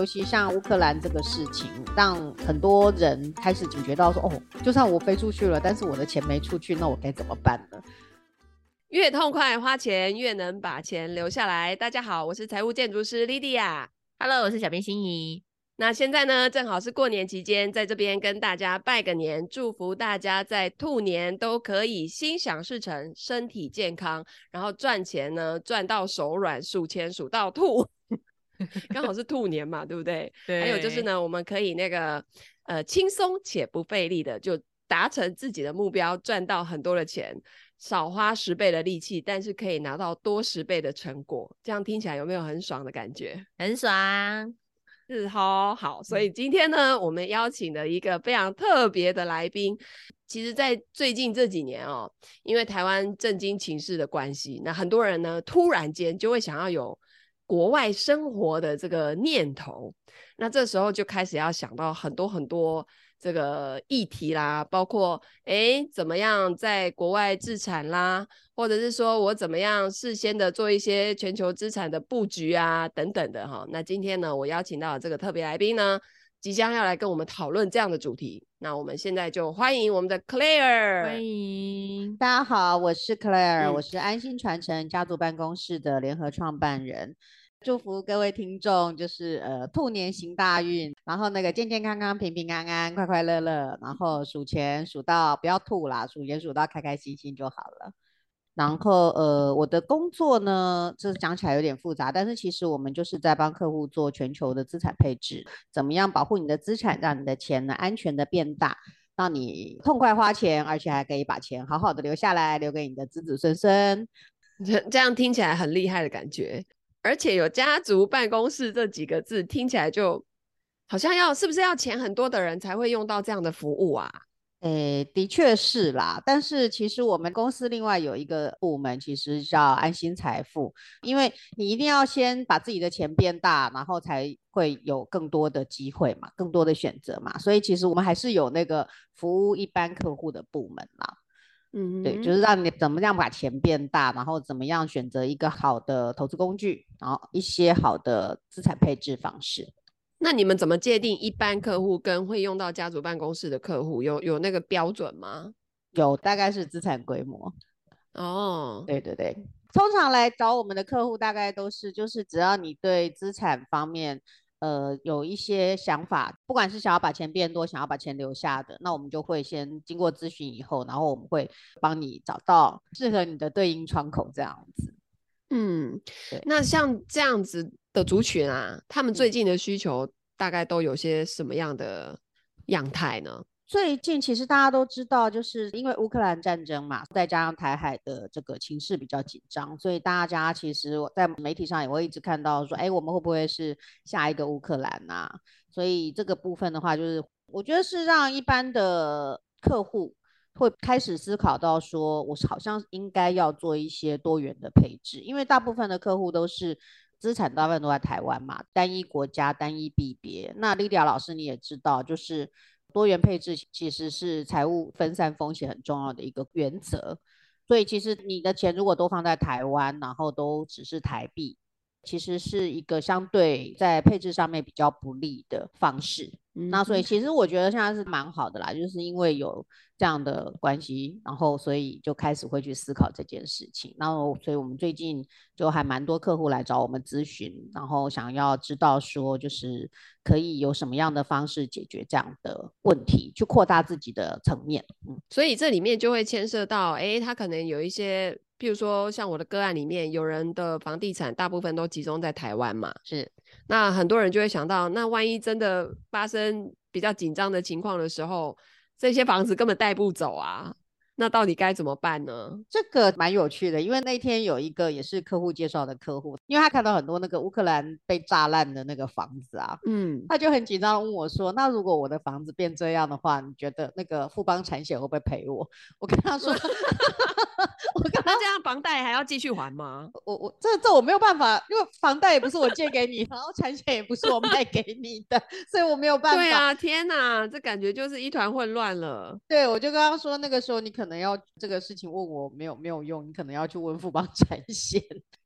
尤其像乌克兰这个事情，让很多人开始警觉到说，就算我飞出去了，但是我的钱没出去，那我该怎么办呢？ 越痛快花钱，越能把钱留下来。大家好，我是财务建筑师 Lydia。 Hello，我是小编心怡。 那现在呢，正好是过年期间，在这边跟大家拜个年，祝福大家在兔年都可以心想事成，身体健康，然后赚钱呢赚到手软，数钱数到吐。刚好是兔年嘛，对不对？ 对。 还有就是呢，我们可以轻松且不费力的就达成自己的目标，赚到很多的钱，少花10倍的力气，但是可以拿到多10倍的成果。这样听起来有没有很爽的感觉？ 很爽。 是齁，好，所以今天呢，我们邀请了一个非常特别的来宾。其实在最近这几年因为台湾政经情势的关系，那很多人呢突然间就会想要有国外生活的这个念头，那这时候就开始要想到很多很多这个议题啦，包括怎么样在国外置产啦，或者是说我怎么样事先的做一些全球资产的布局啊等等的哈。那今天呢，我邀请到的这个特别来宾呢，即将要来跟我们讨论这样的主题。那我们现在就欢迎我们的 Claire。 欢迎大家好，我是 Claire，我是安心传承家族办公室的联合创办人。祝福各位听众，就是兔年行大运，然后那个健健康康、平平安安、快快乐乐，然后数钱数到不要吐啦，数钱数到开开心心就好了。然后我的工作呢，这讲起来有点复杂，但是其实我们就是在帮客户做全球的资产配置，怎么样保护你的资产，让你的钱呢安全的变大，让你痛快花钱，而且还可以把钱好好的留下来，留给你的子子孙孙。 这样听起来很厉害的感觉，而且有家族办公室这几个字，听起来就好像是不是要钱很多的人才会用到这样的服务啊？ 的确是啦，但是其实我们公司另外有一个部门，其实叫安心财富，因为你一定要先把自己的钱变大，然后才会有更多的机会嘛，更多的选择嘛，所以其实我们还是有那个服务一般客户的部门啦。对，就是让你怎么样把钱变大，然后怎么样选择一个好的投资工具，然后一些好的资产配置方式。 那你们怎么界定一般客户跟会用到家族办公室的客户？有那个标准吗？ 有，大概是资产规模。对对对，通常来找我们的客户大概都是，就是只要你对资产方面有一些想法，不管是想要把钱变多，想要把钱留下的，那我们就会先经过咨询以后，然后我们会帮你找到适合你的对应窗口这样子。 那像这样子的族群啊，他们最近的需求大概都有些什么样的样态呢？ 最近其实大家都知道，就是因为乌克兰战争嘛，再加上台海的这个情势比较紧张，所以大家其实在媒体上也会一直看到说，我们会不会是下一个乌克兰啊？所以这个部分的话，就是我觉得是让一般的客户会开始思考到说，我好像应该要做一些多元的配置，因为大部分的客户都是资产大部分都在台湾嘛，单一国家、单一币别。那 Lydia 老师你也知道，就是多元配置其实是财务分散风险很重要的一个原则。所以其实你的钱如果都放在台湾，然后都只是台币，其实是一个相对在配置上面比较不利的方式。那所以其实我觉得现在是蛮好的啦，就是因为有这样的关系，然后所以就开始会去思考这件事情。然后所以我们最近就还蛮多客户来找我们咨询，然后想要知道说就是可以有什么样的方式解决这样的问题，去扩大自己的层面。 所以这里面就会牵涉到，他可能有一些，譬如说像我的个案里面，有人的房地产大部分都集中在台湾嘛， 是。 那很多人就会想到，那万一真的发生比较紧张的情况的时候，这些房子根本带不走啊，那到底该怎么办呢？ 这个蛮有趣的，因为那天有一个也是客户介绍的客户，因为他看到很多那个乌克兰被炸烂的那个房子啊，他就很紧张地问我说，那如果我的房子变这样的话，你觉得那个富邦产险会不会赔我？我跟他说那这样房贷还要继续还吗？ 这我没有办法，因为房贷也不是我借给你，然后产险也不是我卖给你的，所以我没有办法。 对啊，天哪，这感觉就是一团混乱了。 对，我就跟他说，那个时候你可能要这个事情问我没有用，你可能要去问富邦产险。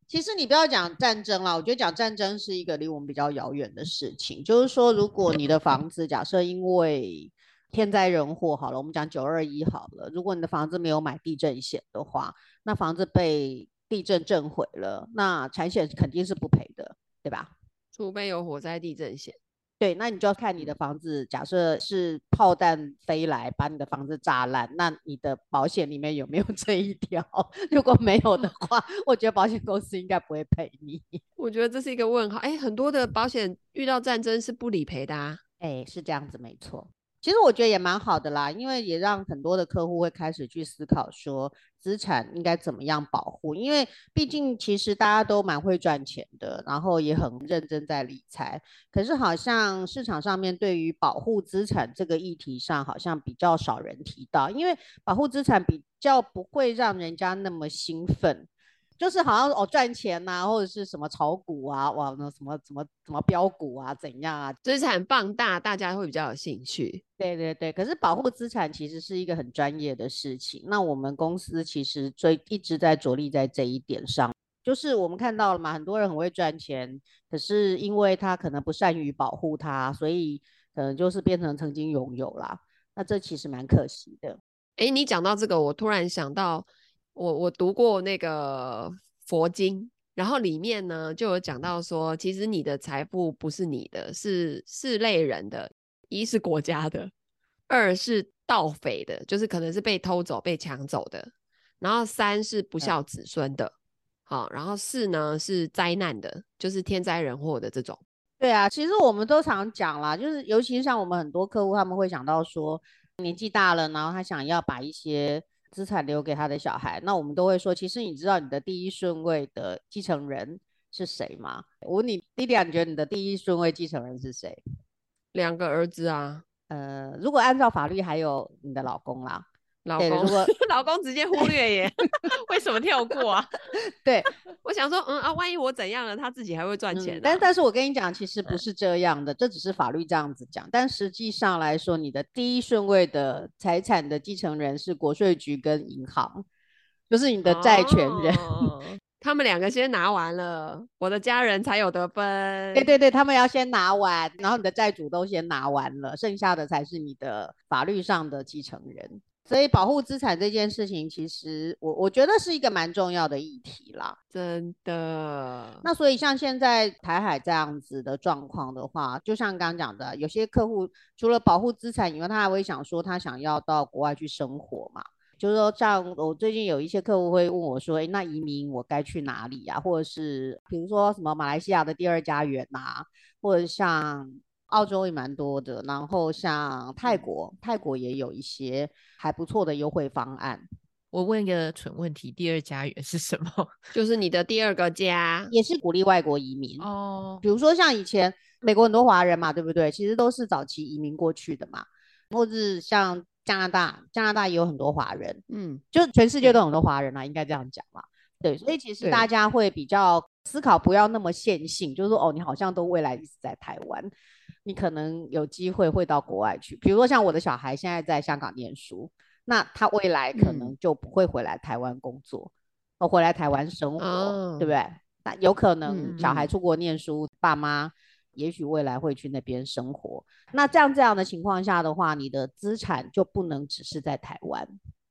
其实你不要讲战争啦，我觉得讲战争是一个离我们比较遥远的事情。就是说，如果你的房子假设因为天灾人祸好了，我们讲921好了，如果你的房子没有买地震险的话，那房子被地震震毁了，那产险肯定是不赔的，对吧？ 除非有火灾地震险。 对，那你就要看你的房子，假设是炮弹飞来把你的房子炸烂，那你的保险里面有没有这一条？如果没有的话，我觉得保险公司应该不会赔你。 我觉得这是一个问号。很多的保险遇到战争是不理赔的啊。 是这样子，没错。其实我觉得也蛮好的啦，因为也让很多的客户会开始去思考说资产应该怎么样保护，因为毕竟其实大家都蛮会赚钱的，然后也很认真在理财，可是好像市场上面对于保护资产这个议题上，好像比较少人提到，因为保护资产比较不会让人家那么兴奋。就是好像赚钱呐、或者是什么炒股啊，哇，那什么标股啊，怎样啊？ 资产放大，大家会比较有兴趣。 对对对，可是保护资产其实是一个很专业的事情。那我们公司其实一直在着力在这一点上，就是我们看到了嘛，很多人很会赚钱，可是因为他可能不善于保护它，所以可能就是变成曾经拥有啦。那这其实蛮可惜的。 你讲到这个，我突然想到，我读过那个佛经，然后里面呢就有讲到说，其实你的财富不是你的，是四类人的，一是国家的，二是盗匪的，就是可能是被偷走、被抢走的，然后三是不孝子孙的，好，然后四呢是灾难的，就是天灾人祸的这种。 对啊，其实我们都常讲啦，就是尤其是像我们很多客户，他们会想到说年纪大了，然后他想要把一些资产留给他的小孩，那我们都会说，其实你知道你的第一顺位的继承人是谁吗？我问你，莉莉亚，你觉得你的第一顺位继承人是谁？ 两个儿子啊， 如果按照法律，还有你的老公啦。对， 老公， 如果老公直接忽略耶，为什么跳过啊？ 对， 我想说，万一我怎样了，他自己还会赚钱啊。 但是我跟你讲，其实不是这样的，这只是法律这样子讲，但实际上来说，你的第一顺位的财产的继承人是国税局跟银行，就是你的债权人。 他们两个先拿完了，我的家人才有得分。 对对对，他们要先拿完，然后你的债主都先拿完了，剩下的才是你的法律上的继承人。所以保护资产这件事情，其实我觉得是一个蛮重要的议题啦。 真的。 那所以像现在台海这样子的状况的话，就像刚刚讲的，有些客户除了保护资产以外，他还会想说他想要到国外去生活嘛。就是说，像我最近有一些客户会问我说：“哎，那移民我该去哪里呀、或者是比如说什么马来西亚的第二家园呐、或者像澳洲也蛮多的，然后像泰国也有一些还不错的优惠方案。 我问一个蠢问题，第二家园是什么？ 就是你的第二个家。 也是鼓励外国移民哦， 比如说像以前美国很多华人嘛，对不对？其实都是早期移民过去的嘛，或是像加拿大也有很多华人，就全世界都有很多华人啦，应该这样讲嘛。对，所以其实大家会比较思考不要那么线性，就是说哦，你好像都未来一直在台湾，你可能有机会会到国外去。比如说像我的小孩现在在香港念书，那他未来可能就不会回来台湾工作，回来台湾生活，对不对？那有可能小孩出国念书，爸妈也许未来会去那边生活。那这样的情况下的话，你的资产就不能只是在台湾。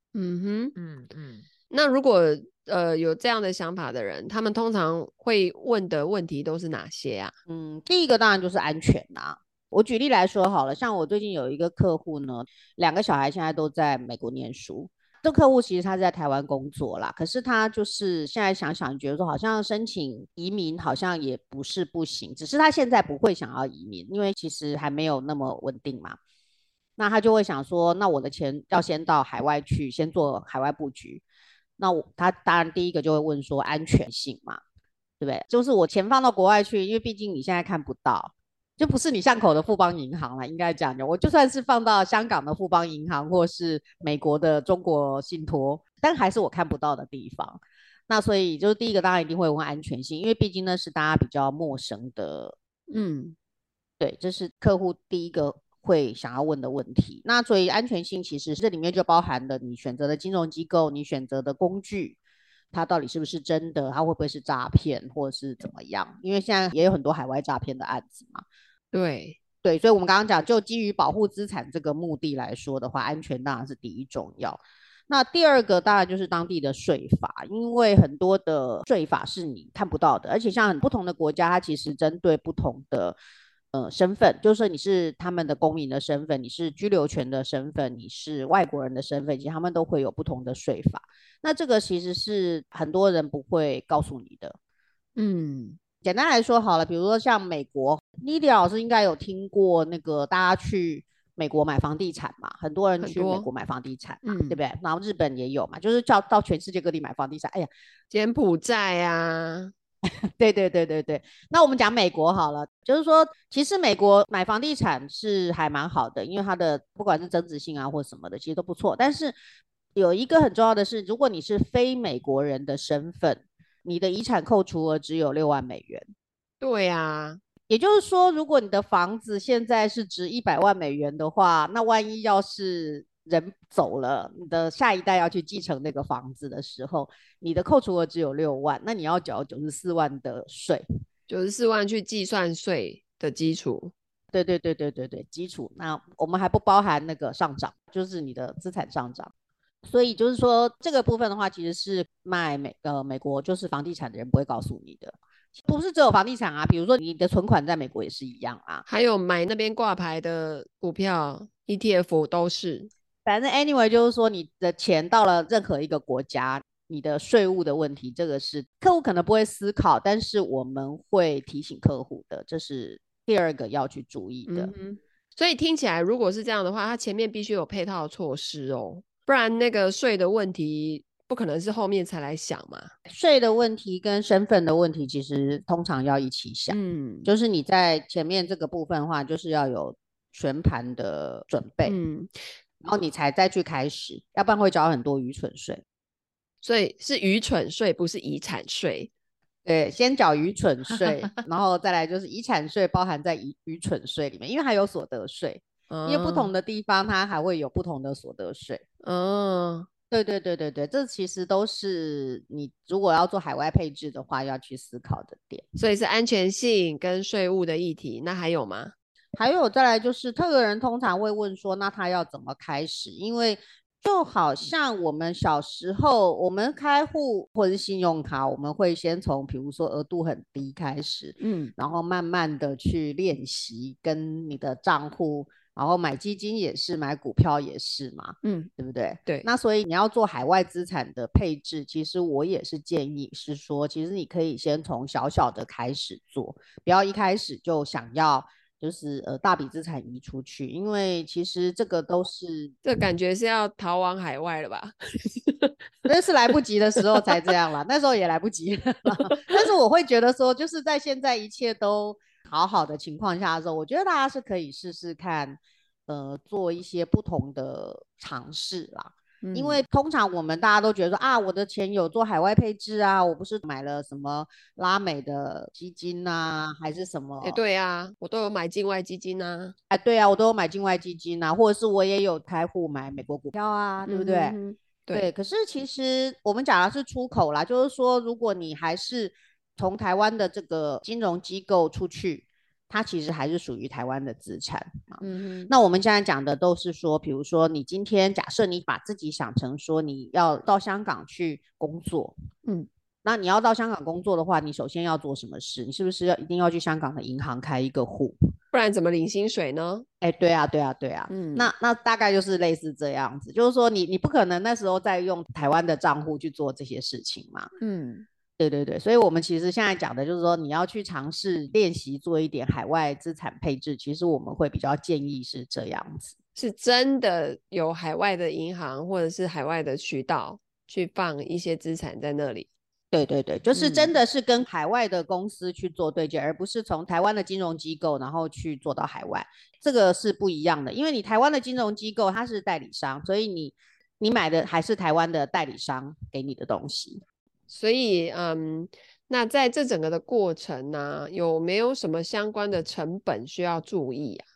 那如果有这样的想法的人，他们通常会问的问题都是哪些啊？ 第一个当然就是安全啊。我举例来说好了，像我最近有一个客户呢，两个小孩现在都在美国念书。这客户其实他是在台湾工作啦，可是他就是现在想想，觉得说好像申请移民好像也不是不行，只是他现在不会想要移民，因为其实还没有那么稳定嘛。那他就会想说，那我的钱要先到海外去，先做海外布局。那他当然第一个就会问说安全性嘛，对不对？就是我钱放到国外去，因为毕竟你现在看不到。就不是你巷口的富邦银行了，应该讲的。我就算是放到香港的富邦银行，或是美国的中国信托，但还是我看不到的地方。那所以就是第一个，当然一定会问安全性，因为毕竟那是大家比较陌生的。对，这是客户第一个会想要问的问题。那所以安全性其实这里面就包含了你选择的金融机构，你选择的工具。 它到底是不是真的，它会不会是诈骗或是怎么样，因为现在也有很多海外诈骗的案子嘛。 对对，所以我们刚刚讲，就基于保护资产这个目的来说的话，安全当然是第一重要。那第二个当然就是当地的税法，因为很多的税法是你看不到的，而且像很不同的国家，它其实针对不同的身份，就是说你是他们的公民的身份，你是居留权的身份，你是外国人的身份，其实他们都会有不同的税法。那这个其实是很多人不会告诉你的。简单来说好了，比如说像美国，Lidia 老师应该有听过那个大家去美国买房地产嘛，很多人去美国买房地产嘛，对不对？然后日本也有嘛，就是叫到全世界各地买房地产。哎呀， 柬埔寨啊， 对对对对对。那我们讲美国好了，就是说，其实美国买房地产是还蛮好的，因为它的不管是增值性啊或什么的，其实都不错。但是有一个很重要的是，如果你是非美国人的身份，你的遗产扣除额只有$60,000。 对啊， 也就是说，如果你的房子现在是值$100,000的话，那万一要是人走了，你的下一代要去继承那个房子的时候，你的扣除额只有6万，那你要缴94万的税。 94万去计算税的基础。 对对对对对对，基础。那我们还不包含那个上涨，就是你的资产上涨。所以就是说，这个部分的话，其实是卖美国就是房地产的人不会告诉你的，不是只有房地产啊，比如说你的存款在美国也是一样啊。 还有买那边挂牌的股票 ETF 都是。 反正 anyway 就是说，你的钱到了任何一个国家，你的税务的问题，这个是客户可能不会思考，但是我们会提醒客户的，这是第二个要去注意的。 所以听起来，如果是这样的话，它前面必须有配套措施哦，不然那个税的问题不可能是后面才来想嘛。 税的问题跟身份的问题，其实通常要一起想。就是你在前面这个部分的话，就是要有全盘的准备，然后你才再去开始，要不然会交很多愚蠢税。 所以是愚蠢税，不是遗产税。 对，先缴愚蠢税，然后再来就是遗产税包含在愚蠢税里面，因为还有所得税，因为不同的地方它还会有不同的所得税。对对对对对，这其实都是你如果要做海外配置的话要去思考的点。 所以是安全性跟税务的议题，那还有吗？ 还有再来就是特个人通常会问说，那他要怎么开始？因为就好像我们小时候，我们开户或者是信用卡，我们会先从比如说额度很低开始，然后慢慢的去练习跟你的账户，然后买基金也是，买股票也是嘛，对不对？ 对。 那所以你要做海外资产的配置，其实我也是建议是说，其实你可以先从小小的开始做，不要一开始就想要。就是大笔资产移出去，因为其实这个都是这感觉是要逃往海外了吧？ 那是来不及的时候才这样啦，那时候也来不及了。但是我会觉得说，就是在现在一切都好好的情况下的时候，我觉得大家是可以试试看，做一些不同的尝试啦。因为通常我们大家都觉得说啊，我的钱有做海外配置啊，我不是买了什么拉美的基金啊，还是什么？ 对啊，我都有买境外基金啊。 对啊，我都有买境外基金啊，或者是我也有开户买美国股票啊，对不对？对，可是其实我们讲的是出口啦，就是说，如果你还是从台湾的这个金融机构出去，它其实还是属于台湾的资产。那我们现在讲的都是说，比如说你今天假设你把自己想成说你要到香港去工作，那你要到香港工作的话，你首先要做什么事？你是不是一定要去香港的银行开一个户？ 不然怎么领薪水呢？ 对啊，对啊，对啊。那大概就是类似这样子，就是说你不可能那时候再用台湾的账户去做这些事情嘛。对对对，所以我们其实现在讲的就是说，你要去尝试练习做一点海外资产配置，其实我们会比较建议是这样子， 是真的有海外的银行或者是海外的渠道去放一些资产在那里。 对对对，就是真的是跟海外的公司去做对接，而不是从台湾的金融机构然后去做到海外，这个是不一样的。因为你台湾的金融机构它是代理商，所以你买的还是台湾的代理商给你的东西。 所以那在这整个的过程呢，有没有什么相关的成本需要注意啊？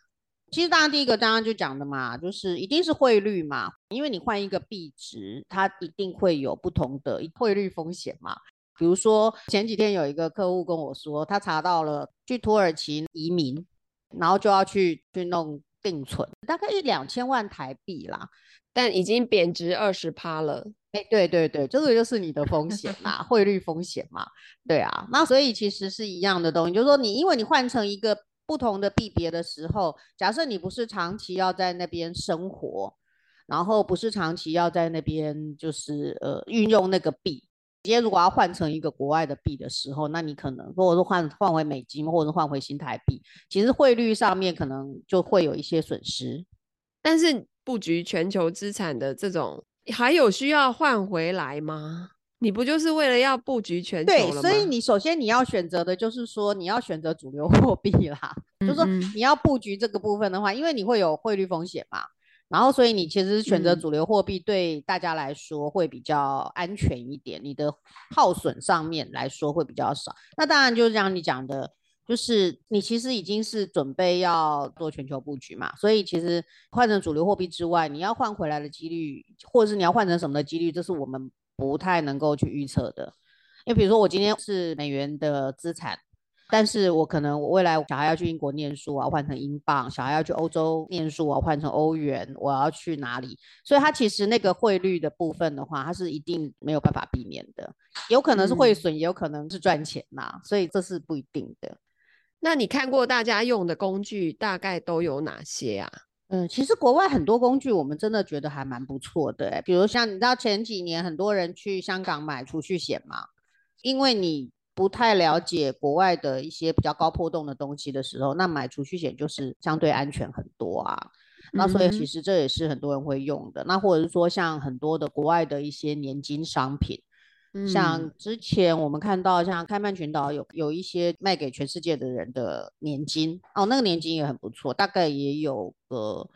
其实当然第一个刚刚就讲的嘛，就是一定是汇率嘛，因为你换一个币值，它一定会有不同的汇率风险嘛。比如说前几天有一个客户跟我说，他查到了去土耳其移民，然后就要去弄定存，大概1-2千万台币啦， 但已经贬值20%了。 对对对，这个就是你的风险嘛，汇率风险嘛，对啊，那所以其实是一样的东西，就是说因为你换成一个不同的币别的时候，假设你不是长期要在那边生活，然后不是长期要在那边就是运用那个币，今天如果要换成一个国外的币的时候，那你可能或者是换回美金，或者是换回新台币，其实汇率上面可能就会有一些损失。 但是布局全球资产的这种，还有需要换回来吗？你不就是为了要布局全球了对， 吗？ 所以你首先你要选择的就是说你要选择主流货币啦，就是说你要布局这个部分的话，因为你会有汇率风险嘛，然后所以你其实选择主流货币对大家来说会比较安全一点，你的耗损上面来说会比较少。那当然就是像你讲的，就是你其实已经是准备要做全球布局嘛，所以其实换成主流货币之外，你要换回来的几率，或者是你要换成什么的几率，这是我们不太能够去预测的。因为比如说我今天是美元的资产，但是我可能我未来小孩要去英国念书啊，换成英镑；小孩要去欧洲念书啊，换成欧元。我要去哪里？所以它其实那个汇率的部分的话，它是一定没有办法避免的，有可能是汇损，也有可能是赚钱呐，所以这是不一定的。 那你看过大家用的工具大概都有哪些啊？ 其实国外很多工具我们真的觉得还蛮不错的，比如像你知道前几年很多人去香港买储蓄险嘛，因为你不太了解国外的一些比较高波动的东西的时候，那买储蓄险就是相对安全很多啊。那所以其实这也是很多人会用的。那或者是说像很多的国外的一些年金商品，像之前我们看到像开曼群岛有一些卖给全世界的人的年金哦，那个年金也很不错，大概也有个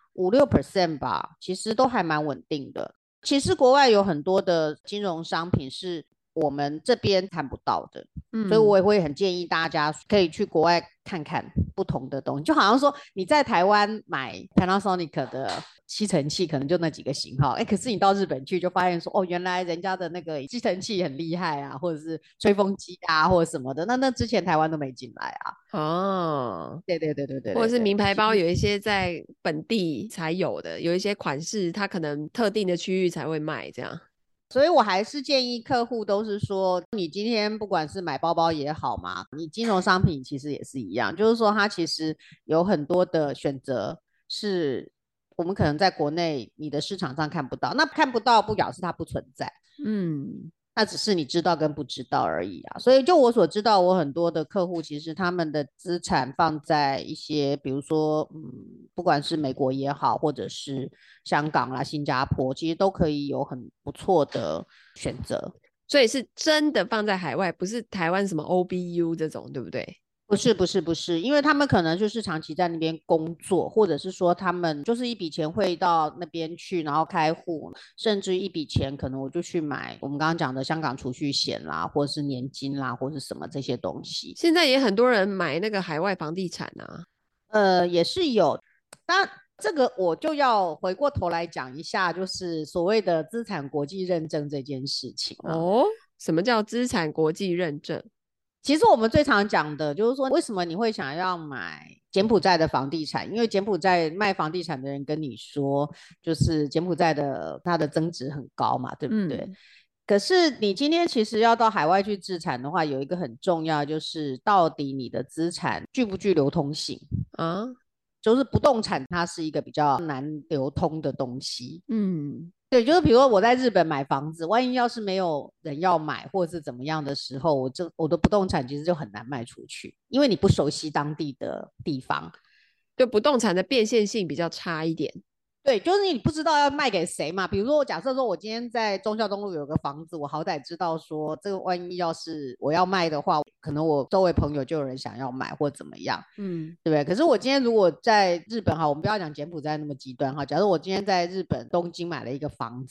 5-6% 吧，其实都还蛮稳定的。其实国外有很多的金融商品是我们这边看不到的，所以我也会很建议大家可以去国外看看不同的东西。就好像说你在台湾买 Panasonic 的吸尘器，可能就那几个型号，可是你到日本去就发现说，哦，原来人家的那个吸尘器很厉害啊，或者是吹风机啊，或者什么的，那之前台湾都没进来啊。 哦， 对对对对对， 或者是名牌包有一些在本地才有的，有一些款式它可能特定的区域才会卖这样。 所以我还是建议客户都是说，你今天不管是买包包也好嘛，你金融商品其实也是一样，就是说它其实有很多的选择是我们可能在国内你的市场上看不到，那看不到不表示它不存在，那只是你知道跟不知道而已啊。所以就我所知道，我很多的客户其实他们的资产放在一些，比如说，不管是美国也好，或者是香港啦、新加坡，其实都可以有很不错的选择。 所以是真的放在海外，不是台湾什么 OBU 这种，对不对？ 不是，因为他们可能就是长期在那边工作，或者是说他们就是一笔钱会到那边去，然后开户，甚至一笔钱可能我就去买我们刚刚讲的香港储蓄险啦，或者是年金啦，或者是什么这些东西。 现在也很多人买那个海外房地产啊。 也是有，那这个我就要回过头来讲一下，就是所谓的资产国际认证这件事情啊。 哦，什么叫资产国际认证？ 其实我们最常讲的就是说，为什么你会想要买柬埔寨的房地产？因为柬埔寨卖房地产的人跟你说，就是柬埔寨的它的增值很高嘛，对不对？可是你今天其实要到海外去置产的话，有一个很重要，就是到底你的资产具不具流通性啊？就是不动产它是一个比较难流通的东西。对，就是比如说我在日本买房子，万一要是没有人要买或者是怎么样的时候，我的不动产其实就很难卖出去，因为你不熟悉当地的地方， 就不动产的变现性比较差一点。 对，就是你不知道要卖给谁嘛。比如说，我假设说我今天在忠孝东路有个房子，我好歹知道说这个万一要是我要卖的话，可能我周围朋友就有人想要买或怎么样，对不对？可是我今天如果在日本哈，我们不要讲柬埔寨那么极端哈，假如我今天在日本东京买了一个房子，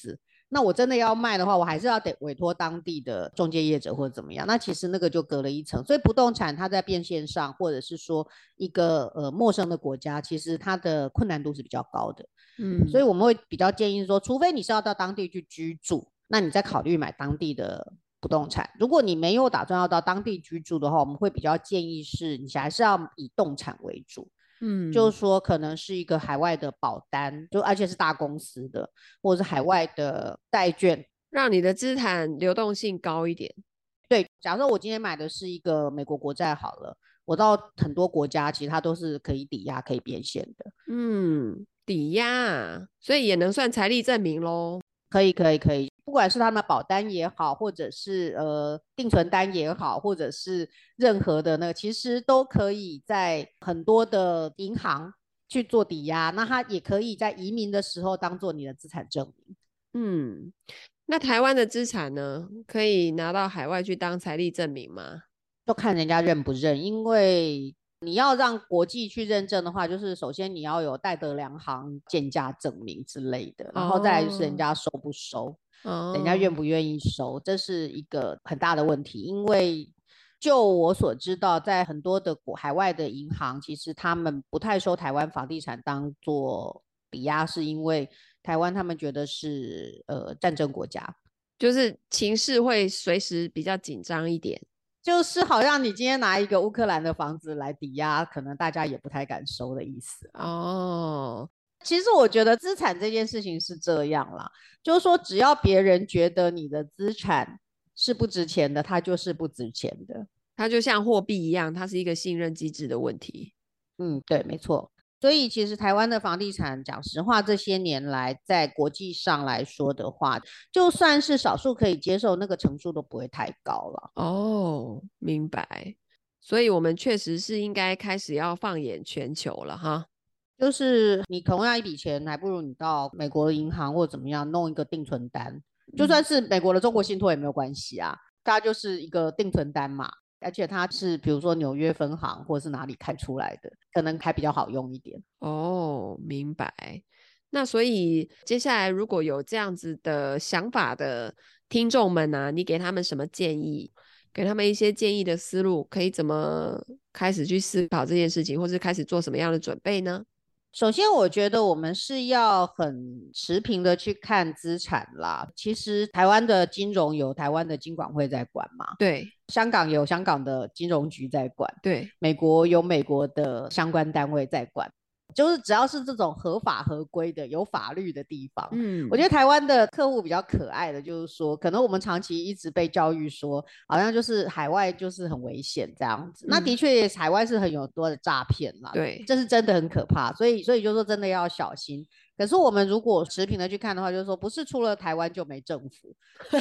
那我真的要卖的话，我还是要得委托当地的中介业者或者怎么样。那其实那个就隔了一层，所以不动产它在变现上，或者是说一个陌生的国家，其实它的困难度是比较高的。所以我们会比较建议说，除非你是要到当地去居住，那你再考虑买当地的不动产。如果你没有打算要到当地居住的话，我们会比较建议是你还是要以动产为主。就是说可能是一个海外的保单，就而且是大公司的，或者是海外的债券， 让你的资产流动性高一点。 对，假设我今天买的是一个美国国债好了，我到很多国家其实它都是可以抵押、可以变现的。 抵押，所以也能算财力证明咯。 可以，不管是他们保单也好，或者是定存单也好，或者是任何的那个，其实都可以在很多的银行去做抵押，那它也可以在移民的时候当做你的资产证明。那台湾的资产呢，可以拿到海外去当财力证明吗？ 就看人家认不认，因为你要让国际去认证的话，就是首先你要有戴德梁行鉴价证明之类的，然后再来就是人家收不收，人家愿不愿意收，这是一个很大的问题。因为就我所知道，在很多的海外的银行，其实他们不太收台湾房地产当做抵押，是因为台湾他们觉得是战争国家， 就是情势会随时比较紧张一点。 就是好像你今天拿一个乌克兰的房子来抵押，可能大家也不太敢收的意思。其实我觉得资产这件事情是这样啦，就是说只要别人觉得你的资产是不值钱的，它就是不值钱的。 它就像货币一样，它是一个信任机制的问题。 对，没错。所以其实台湾的房地产，讲实话，这些年来在国际上来说的话，就算是少数可以接受，那个成数都不会太高了。 明白。所以我们确实是应该开始要放眼全球了哈。 就是你同样一笔钱，还不如你到美国的银行或怎么样弄一个定存单，就算是美国的中国信托也没有关系啊，它就是一个定存单嘛。而且它是比如说纽约分行或是哪里开出来的，可能还比较好用一点。 明白。那所以接下来如果有这样子的想法的听众们啊，你给他们什么建议？给他们一些建议的思路，可以怎么开始去思考这件事情，或是开始做什么样的准备呢？ 首先我觉得我们是要很持平的去看资产啦。其实台湾的金融有台湾的金管会在管嘛， 对， 香港有香港的金融局在管， 对， 美国有美国的相关单位在管。就是只要是这种合法合规的有法律的地方，我觉得台湾的客户比较可爱的就是说，可能我们长期一直被教育说好像就是海外就是很危险这样子，那的确海外是很有多的诈骗啦， 对， 这是真的很可怕，所以就说真的要小心。可是我们如果持平的去看的话，就是说不是除了台湾就没政府。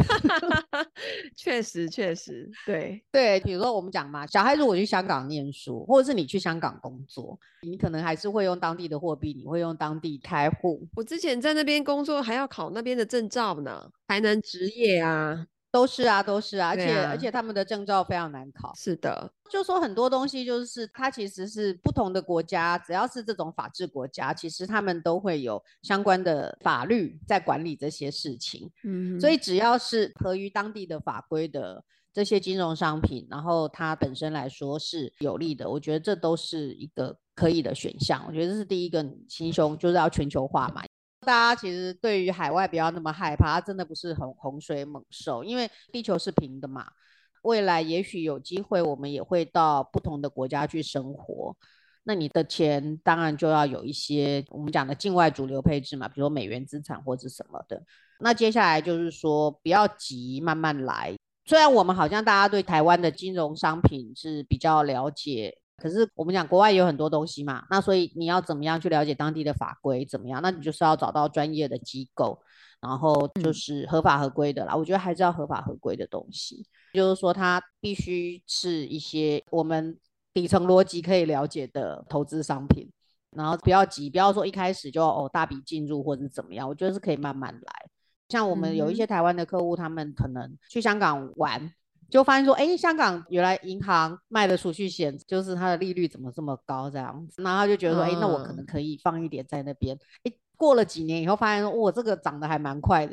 确实，对， 比如说我们讲嘛，小孩如果去香港念书，或者是你去香港工作，你可能还是会用当地的货币，你会用当地开户。 我之前在那边工作还要考那边的证照呢，才能执业啊。 都是啊，而且他们的证照非常难考。 是的， 就说很多东西就是它其实是不同的国家，只要是这种法治国家，其实他们都会有相关的法律在管理这些事情。所以只要是合于当地的法规的这些金融商品，然后它本身来说是有利的，我觉得这都是一个可以的选项。我觉得这是第一个心胸，就是要全球化嘛。大家其实对于海外不要那么害怕，它真的不是很洪水猛兽，因为地球是平的嘛。未来也许有机会，我们也会到不同的国家去生活。那你的钱当然就要有一些我们讲的境外主流配置嘛，比如说美元资产或者什么的。那接下来就是说不要急，慢慢来。虽然我们好像大家对台湾的金融商品是比较了解，可是我们讲国外有很多东西嘛，那所以你要怎么样去了解当地的法规怎么样？那你就是要找到专业的机构，然后就是合法合规的啦。我觉得还是要合法合规的东西，就是说它必须是一些我们底层逻辑可以了解的投资商品，然后不要急，不要说一开始就大笔进入或者怎么样，我觉得是可以慢慢来。像我们有一些台湾的客户，他们可能去香港玩，就发现说，香港原来银行卖的储蓄险就是它的利率怎么这么高这样子，然后他就觉得说，那我可能可以放一点在那边。过了几年以后，发现说，这个涨得还蛮快的，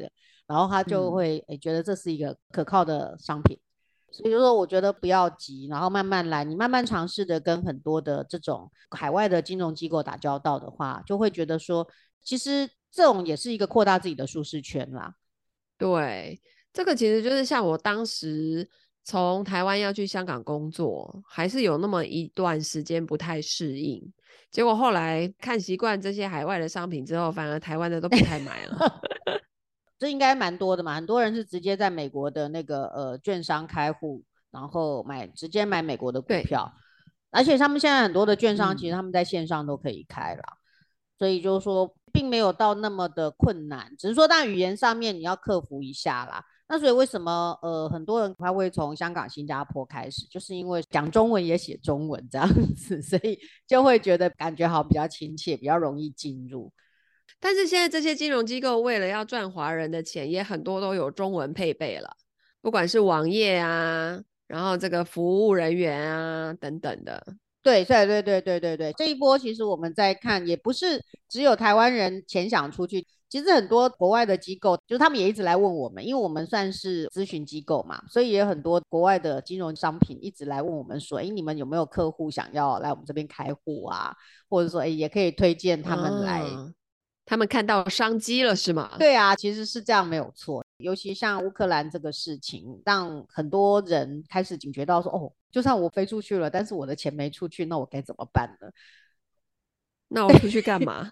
然后他就会觉得这是一个可靠的商品。所以说我觉得不要急，然后慢慢来，你慢慢尝试的跟很多的这种海外的金融机构打交道的话，就会觉得说其实这种也是一个扩大自己的舒适圈啦。 对，这个其实就是像我当时从台湾要去香港工作，还是有那么一段时间不太适应，结果后来看习惯这些海外的商品之后，反而台湾的都不太买了。 这应该蛮多的嘛，很多人是直接在美国的那个券商开户，然后直接买美国的股对， 票，而且他们现在很多的券商其实他们在线上都可以开啦，所以就是说并没有到那么的困难，只是说当然语言上面你要克服一下啦。那所以为什么很多人他会从香港、新加坡开始，就是因为讲中文也写中文这样子，所以就会觉得感觉好比较亲切，比较容易进入。 但是现在这些金融机构为了要赚华人的钱，也很多都有中文配备了，不管是网页啊，然后这个服务人员啊等等的。 对对对对对对对，这一波其实我们在看，也不是只有台湾人钱想出去，其实很多国外的机构，就是他们也一直来问我们，因为我们算是咨询机构嘛，所以也有很多国外的金融商品一直来问我们说，哎，你们有没有客户想要来我们这边开户啊？或者说，哎，也可以推荐他们来。 他们看到商机了是吗？ 对啊，其实是这样没有错。尤其像乌克兰这个事情，让很多人开始警觉到说，哦，就算我飞出去了，但是我的钱没出去，那我该怎么办呢？ 那我出去干嘛？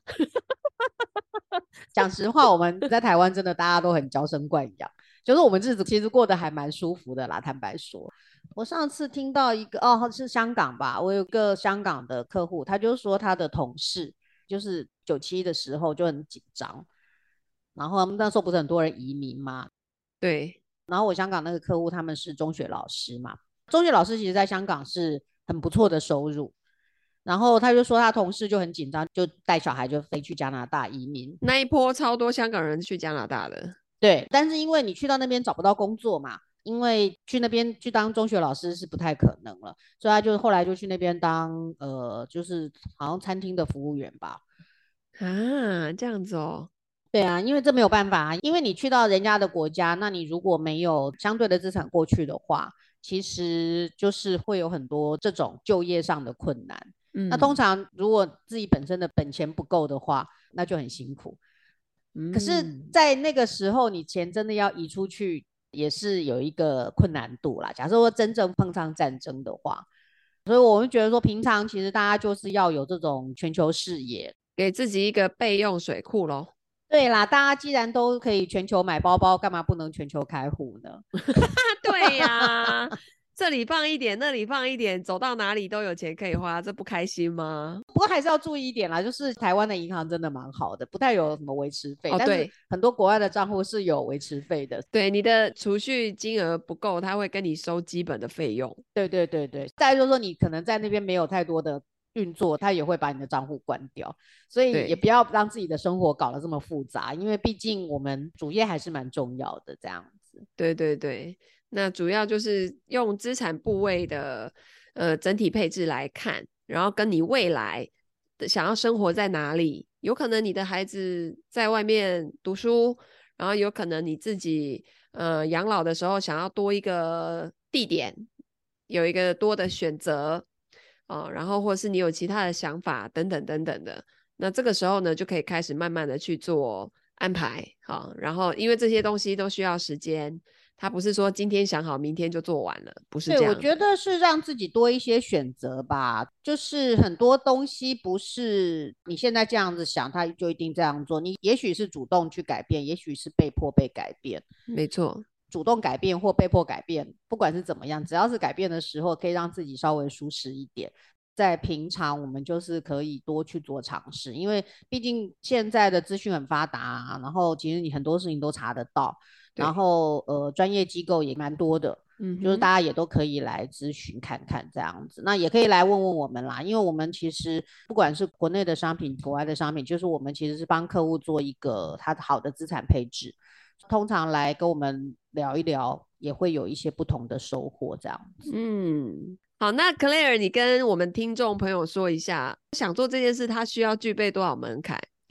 讲实话，我们在台湾真的大家都很娇生惯养，就是我们日子其实过得还蛮舒服的啦。坦白说，我上次听到一个是香港吧，我有个香港的客户，他就说他的同事就是97的时候就很紧张，然后他们那时候不是很多人移民嘛， 对， 然后我香港那个客户他们是中学老师嘛，中学老师其实在香港是很不错的收入，然后他就说他同事就很紧张，就带小孩就飞去加拿大移民。 那一波超多香港人去加拿大的。 对，但是因为你去到那边找不到工作嘛，因为去那边去当中学老师是不太可能了，所以他就后来就去那边当就是好像餐厅的服务员吧。 啊，这样子哦。 对啊，因为这没有办法啊，因为你去到人家的国家，那你如果没有相对的资产过去的话，其实就是会有很多这种就业上的困难。那通常如果自己本身的本钱不够的话，那就很辛苦。可是，在那个时候，你钱真的要移出去，也是有一个困难度啦。假设说真正碰上战争的话，所以我们觉得说，平常其实大家就是要有这种全球视野， 给自己一个备用水库咯。 对啦，大家既然都可以全球买包包，干嘛不能全球开户呢？ 对呀，这里放一点，那里放一点，走到哪里都有钱可以花，这不开心吗？ 不过还是要注意一点啦，就是台湾的银行真的蛮好的，不太有什么维持费，但是很多国外的账户是有维持费的。 对，你的储蓄金额不够，他会跟你收基本的费用。 对对对对，再来就是说你可能在那边没有太多的运作，他也会把你的账户关掉，所以也不要让自己的生活搞得这么复杂，因为毕竟我们主业还是蛮重要的这样子。 对对对，那主要就是用资产部位的整体配置来看，然后跟你未来的想要生活在哪里，有可能你的孩子在外面读书，然后有可能你自己养老的时候想要多一个地点，有一个多的选择。然后或是你有其他的想法等等等等的，那这个时候呢就可以开始慢慢的去做安排。然后因为这些东西都需要时间，它不是说今天想好明天就做完了，不是这样。 对，我觉得是让自己多一些选择吧，就是很多东西不是你现在这样子想他就一定这样做，你也许是主动去改变，也许是被迫被改变。 没错， 主动改变或被迫改变，不管是怎么样，只要是改变的时候，可以让自己稍微舒适一点。在平常，我们就是可以多去做尝试，因为毕竟现在的资讯很发达啊，然后其实你很多事情都查得到，然后专业机构也蛮多的，就是大家也都可以来咨询看看这样子。那也可以来问问我们啦，因为我们其实不管是国内的商品、国外的商品，就是我们其实是帮客户做一个他好的资产配置。通常来跟我们聊一聊，也会有一些不同的收获，这样子。 好，那 Claire， 你跟我们听众朋友说一下，想做这件事，他需要具备多少门槛？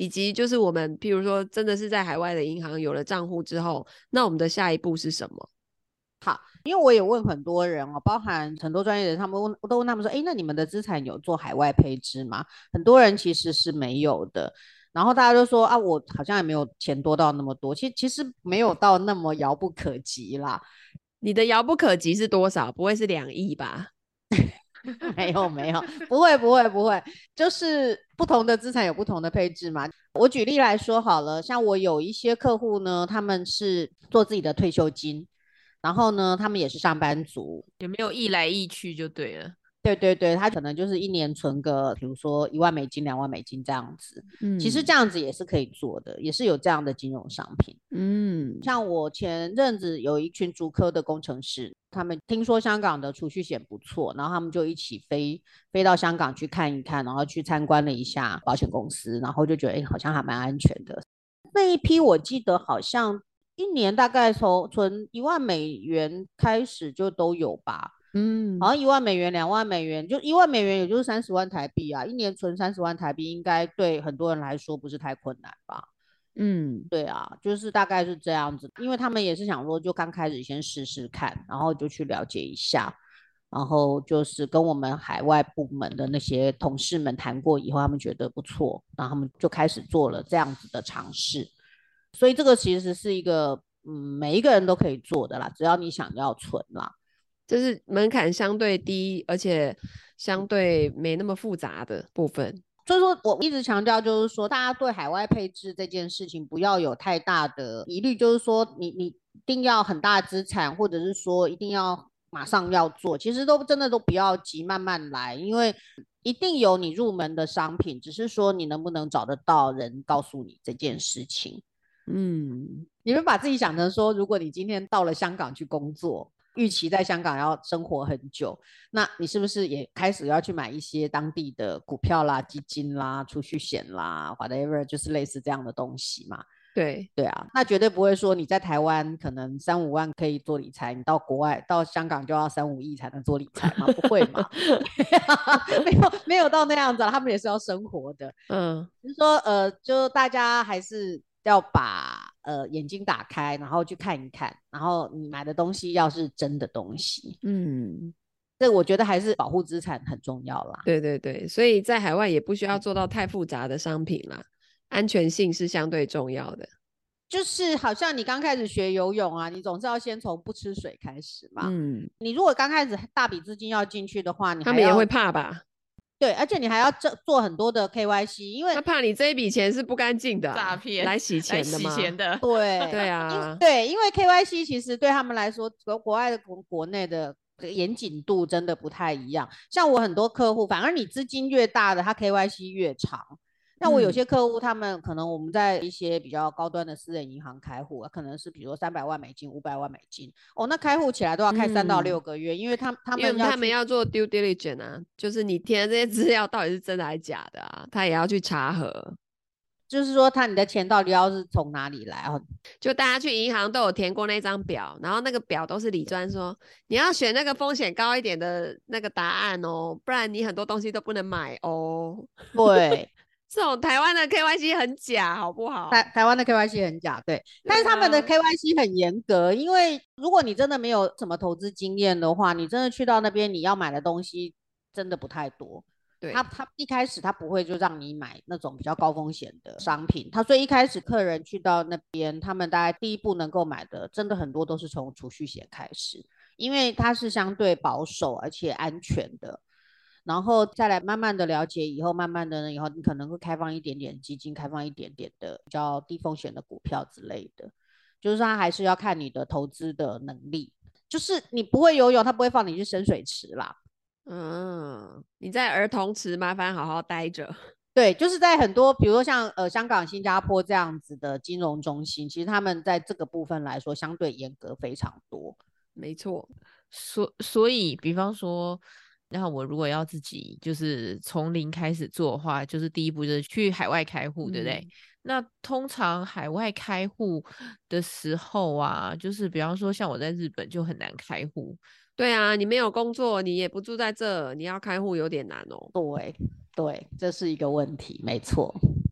以及就是我们譬如说真的是在海外的银行有了账户之后，那我们的下一步是什么？ 因为我也问很多人哦，包含很多专业人，他们我都问他们说，哎，那你们的资产有做海外配置吗？很多人其实是没有的。然后大家就说啊，我好像也没有钱多到那么多，其实没有到那么遥不可及啦。 你的遥不可及是多少？不会是2亿吧？ 没有，不会，就是不同的资产有不同的配置嘛。我举例来说好了，像我有一些客户呢，他们是做自己的退休金，然后呢，他们也是上班族， 有没有一来一去就对了。 对，他可能就是一年存个，比如说1万美金、2万美金这样子。其实这嗯样子也是可以做的，也是有这样的金融商品。 嗯， 像我前阵子有一群竹科的工程师，他们听说香港的储蓄险不错，然后他们就一起飞到香港去看一看，然后去参观了一下保险公司，然后就觉得好像还蛮安全的。那一批我记得好像一年大概从存1万美元开始就都有吧。好像1万美元、2万美元，就1万美元，也就是30万台币啊。一年存30万台币，应该对很多人来说不是太困难吧？ 嗯， 对啊，就是大概是这样子。因为他们也是想说，就刚开始先试试看，然后就去了解一下，然后就是跟我们海外部门的那些同事们谈过以后，他们觉得不错，然后他们就开始做了这样子的尝试。所以这个其实是一个每一个人都可以做的啦，只要你想要存啦。 就是门槛相对低，而且相对没那么复杂的部分。 所以说我一直强调，就是说大家对海外配置这件事情不要有太大的疑虑，就是说你一定要很大的资产，或者是说一定要马上要做，其实都真的都不要急，慢慢来，因为一定有你入门的商品，只是说你能不能找得到人告诉你这件事情。你们把自己想成说，如果你今天到了香港去工作，预期在香港要生活很久，那你是不是也开始要去买一些当地的股票啦、基金啦、储蓄险啦，whatever，就是类似这样的东西嘛？ 对， 对啊，那绝对不会说你在台湾可能3、5万可以做理财，你到国外到香港就要3、5亿才能做理财吗？不会嘛？没有到那样子，他们也是要生活的。只是说就大家还是要把眼睛打开，然后去看一看，然后你买的东西要是真的东西，这我觉得还是保护资产很重要啦。 对，所以在海外也不需要做到太复杂的商品啦，安全性是相对重要的。 就是好像你刚开始学游泳啊，你总是要先从不吃水开始嘛。你如果刚开始大笔资金要进去的话，你他们也会怕吧？ 对，而且你还要做很多的 KYC， 因为他怕你这一笔钱是不干净的诈骗来洗钱的吗？对啊， 对，因为 KYC 其实对他们来说，国外的国内的严谨度真的不太一样。像我很多客户，反而你资金越大的，他 KYC 越长。那我有些客户，他们可能我们在一些比较高端的私人银行开户，可能是比如说300万美金、500万美金，哦，那开户起来都要开3到6个月，因为他们要做 due diligence 啊，就是你填的这些资料到底是真的还是假的啊，他也要去查核。 就是说你的钱到底要是从哪里来？ 就大家去银行都有填过那张表，然后那个表都是理专说你要选那个风险高一点的那个答案哦，不然你很多东西都不能买哦。 对。 这种台湾的 KYC 很假，好不好？ 台湾的 KYC 很假，对，但是他们的 KYC 很严格，因为如果你真的没有什么投资经验的话，你真的去到那边，你要买的东西真的不太多。 对， 他一开始他不会就让你买那种比较高风险的商品，所以一开始客人去到那边，他们大概第一步能够买的，真的很多都是从储蓄险开始，因为它是相对保守而且安全的。然后再来慢慢的了解以后，慢慢的以后你可能会开放一点点基金，开放一点点的比较低风险的股票之类的，就是它还是要看你的投资的能力，就是你不会游泳，它不会放你去深水池啦。 你在儿童池麻烦好好待着。 对，就是在很多比如说像香港、新加坡这样子的金融中心，其实他们在这个部分来说相对严格非常多。 没错， 所以比方说，那我如果要自己就是从零开始做的话，就是第一步就是去海外开户，对不对？那通常海外开户的时候啊，就是比方说像我在日本就很难开户。 对啊，你没有工作，你也不住在这，你要开户有点难哦。 对，这是一个问题，没错。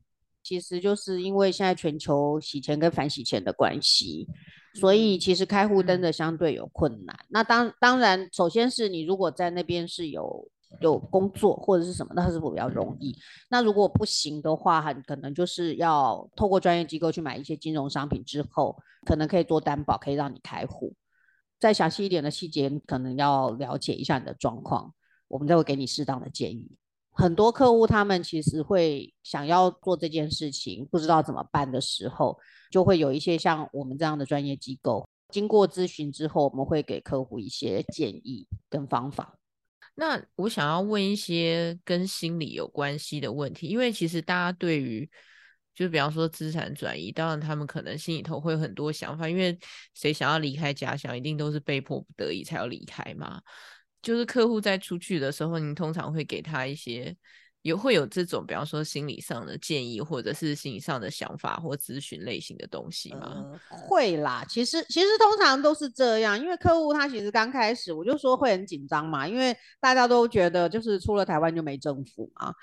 其实就是因为现在全球洗钱跟反洗钱的关系，所以其实开户真的相对有困难。那当然，首先是你如果在那边是有工作或者是什么，那是比较容易。那如果不行的话，很可能就是要透过专业机构去买一些金融商品之后，可能可以做担保，可以让你开户。再详细一点的细节，可能要了解一下你的状况，我们再会给你适当的建议。很多客户他们其实会想要做这件事情，不知道怎么办的时候，就会有一些像我们这样的专业机构，经过咨询之后，我们会给客户一些建议跟方法。 那我想要问一些跟心理有关系的问题，因为其实大家对于就比方说资产转移，当然他们可能心里头会有很多想法，因为谁想要离开家乡，一定都是被迫不得已才要离开嘛。就是客户在出去的时候，您通常会给他一些会有这种比方说心理上的建议，或者是心理上的想法或咨询类型的东西吗？ 会啦，其实通常都是这样，因为客户他其实刚开始我就说会很紧张嘛，因为大家都觉得就是出了台湾就没政府嘛。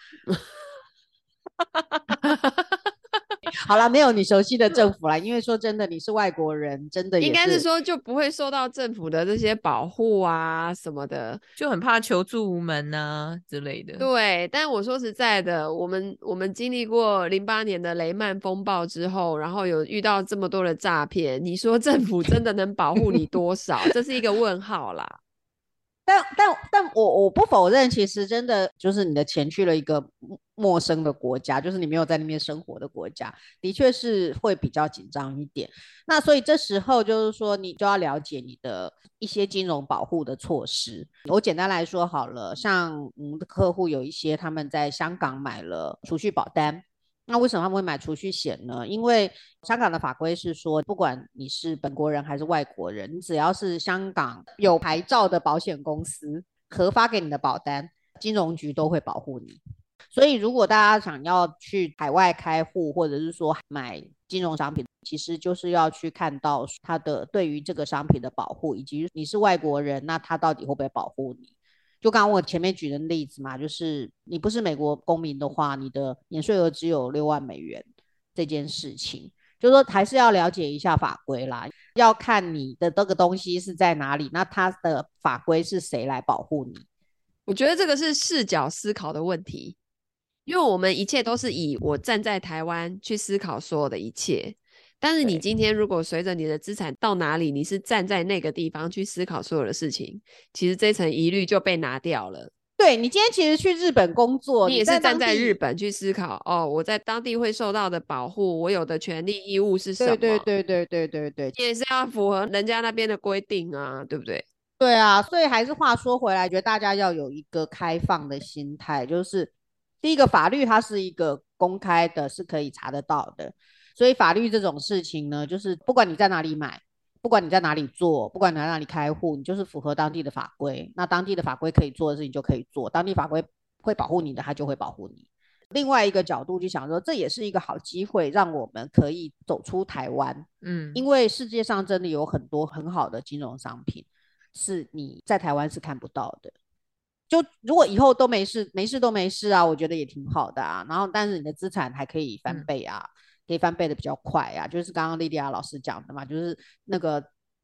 好啦，没有你熟悉的政府啦，因为说真的，你是外国人，真的也应该是说就不会受到政府的这些保护啊什么的， 就很怕求助无门啊之类的。 对，但我说实在的，我们经历过08年的雷曼风暴之后，然后有遇到这么多的诈骗，你说政府真的能保护你多少？这是一个问号啦。 但我不否认，其实真的就是你的钱去了一个陌生的国家，就是你没有在那边生活的国家，的确是会比较紧张一点。那所以这时候就是说，你就要了解你的一些金融保护的措施。我简单来说好了，像我们的客户有一些他们在香港买了储蓄保单。那为什么他们会买储蓄险呢？因为香港的法规是说，不管你是本国人还是外国人，你只要是香港有牌照的保险公司核发给你的保单，金融局都会保护你。所以，如果大家想要去海外开户，或者是说买金融商品，其实就是要去看到它的对于这个商品的保护，以及你是外国人，那它到底会不会保护你？就刚刚我前面举的例子嘛，就是你不是美国公民的话，你的免税额只有$60,000这件事情，就是说还是要了解一下法规啦，要看你的这个东西是在哪里，那它的法规是谁来保护你？ 我觉得这个是视角思考的问题，因为我们一切都是以我站在台湾去思考所有的一切。但是你今天如果随着你的资产到哪里，你是站在那个地方去思考所有的事情，其实这层疑虑就被拿掉了。 对，你今天其实去日本工作， 你也是站在日本去思考哦，我在当地会受到的保护，我有的权利义务是什么？ 对， 你也是要符合人家那边的规定啊，对不对？ 对啊，所以还是话说回来，觉得大家要有一个开放的心态，就是第一个法律它是一个公开的，是可以查得到的。所以法律这种事情呢，就是不管你在哪里买，不管你在哪里做，不管你在哪里开户，你就是符合当地的法规。那当地的法规可以做的事情就可以做，当地法规会保护你的，它就会保护你。另外一个角度就想说，这也是一个好机会，让我们可以走出台湾。因为世界上真的有很多很好的金融商品，是你在台湾是看不到的。就如果以后都没事，没事都没事啊，我觉得也挺好的啊。然后，但是你的资产还可以翻倍啊。可以翻倍的比较快啊，就是刚刚莉莉亚老师讲的嘛，就是那个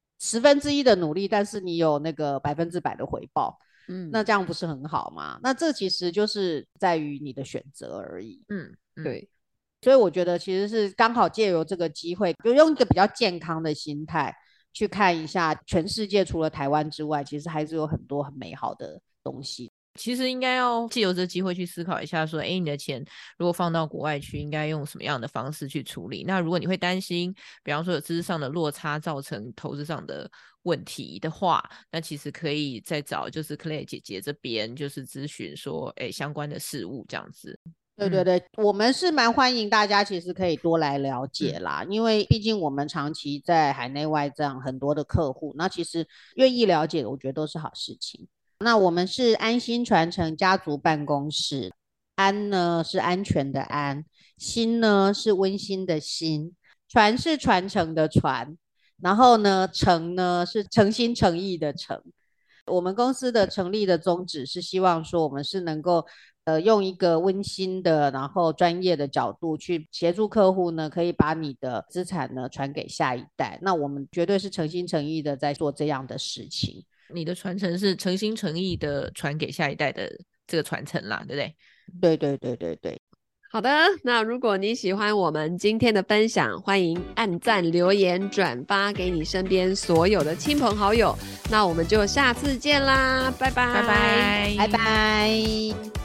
1/10的努力，但是你有那个100%的回报，那这样不是很好吗？那这其实就是在于你的选择而已。 对， 所以我觉得其实是刚好借由这个机会，就用一个比较健康的心态去看一下全世界，除了台湾之外，其实还是有很多很美好的东西。 其实应该要借由这机会去思考一下说，你的钱如果放到国外去，应该用什么样的方式去处理。那如果你会担心比方说有知识上的落差造成投资上的问题的话，那其实可以再找就是 Claire 姐姐这边就是咨询说相关的事务这样子。 对，我们是蛮欢迎大家其实可以多来了解啦，因为毕竟我们长期在海内外这样很多的客户，那其实愿意了解的我觉得都是好事情。那我们是安心传承家族办公室，安呢是安全的安，心呢是温馨的心，传是传承的传，然后呢诚呢是诚心诚意的诚。 我们公司的成立的宗旨是希望说我们是能够用一个温馨的然后专业的角度去协助客户呢，可以把你的资产呢传给下一代。那我们绝对是诚心诚意的在做这样的事情。 你的传承是诚心诚意的传给下一代的这个传承啦，对不对？ 对对对对对。 好的，那如果你喜欢我们今天的分享，欢迎按赞、留言、转发给你身边所有的亲朋好友。那我们就下次见啦，拜拜， 拜拜， 拜拜。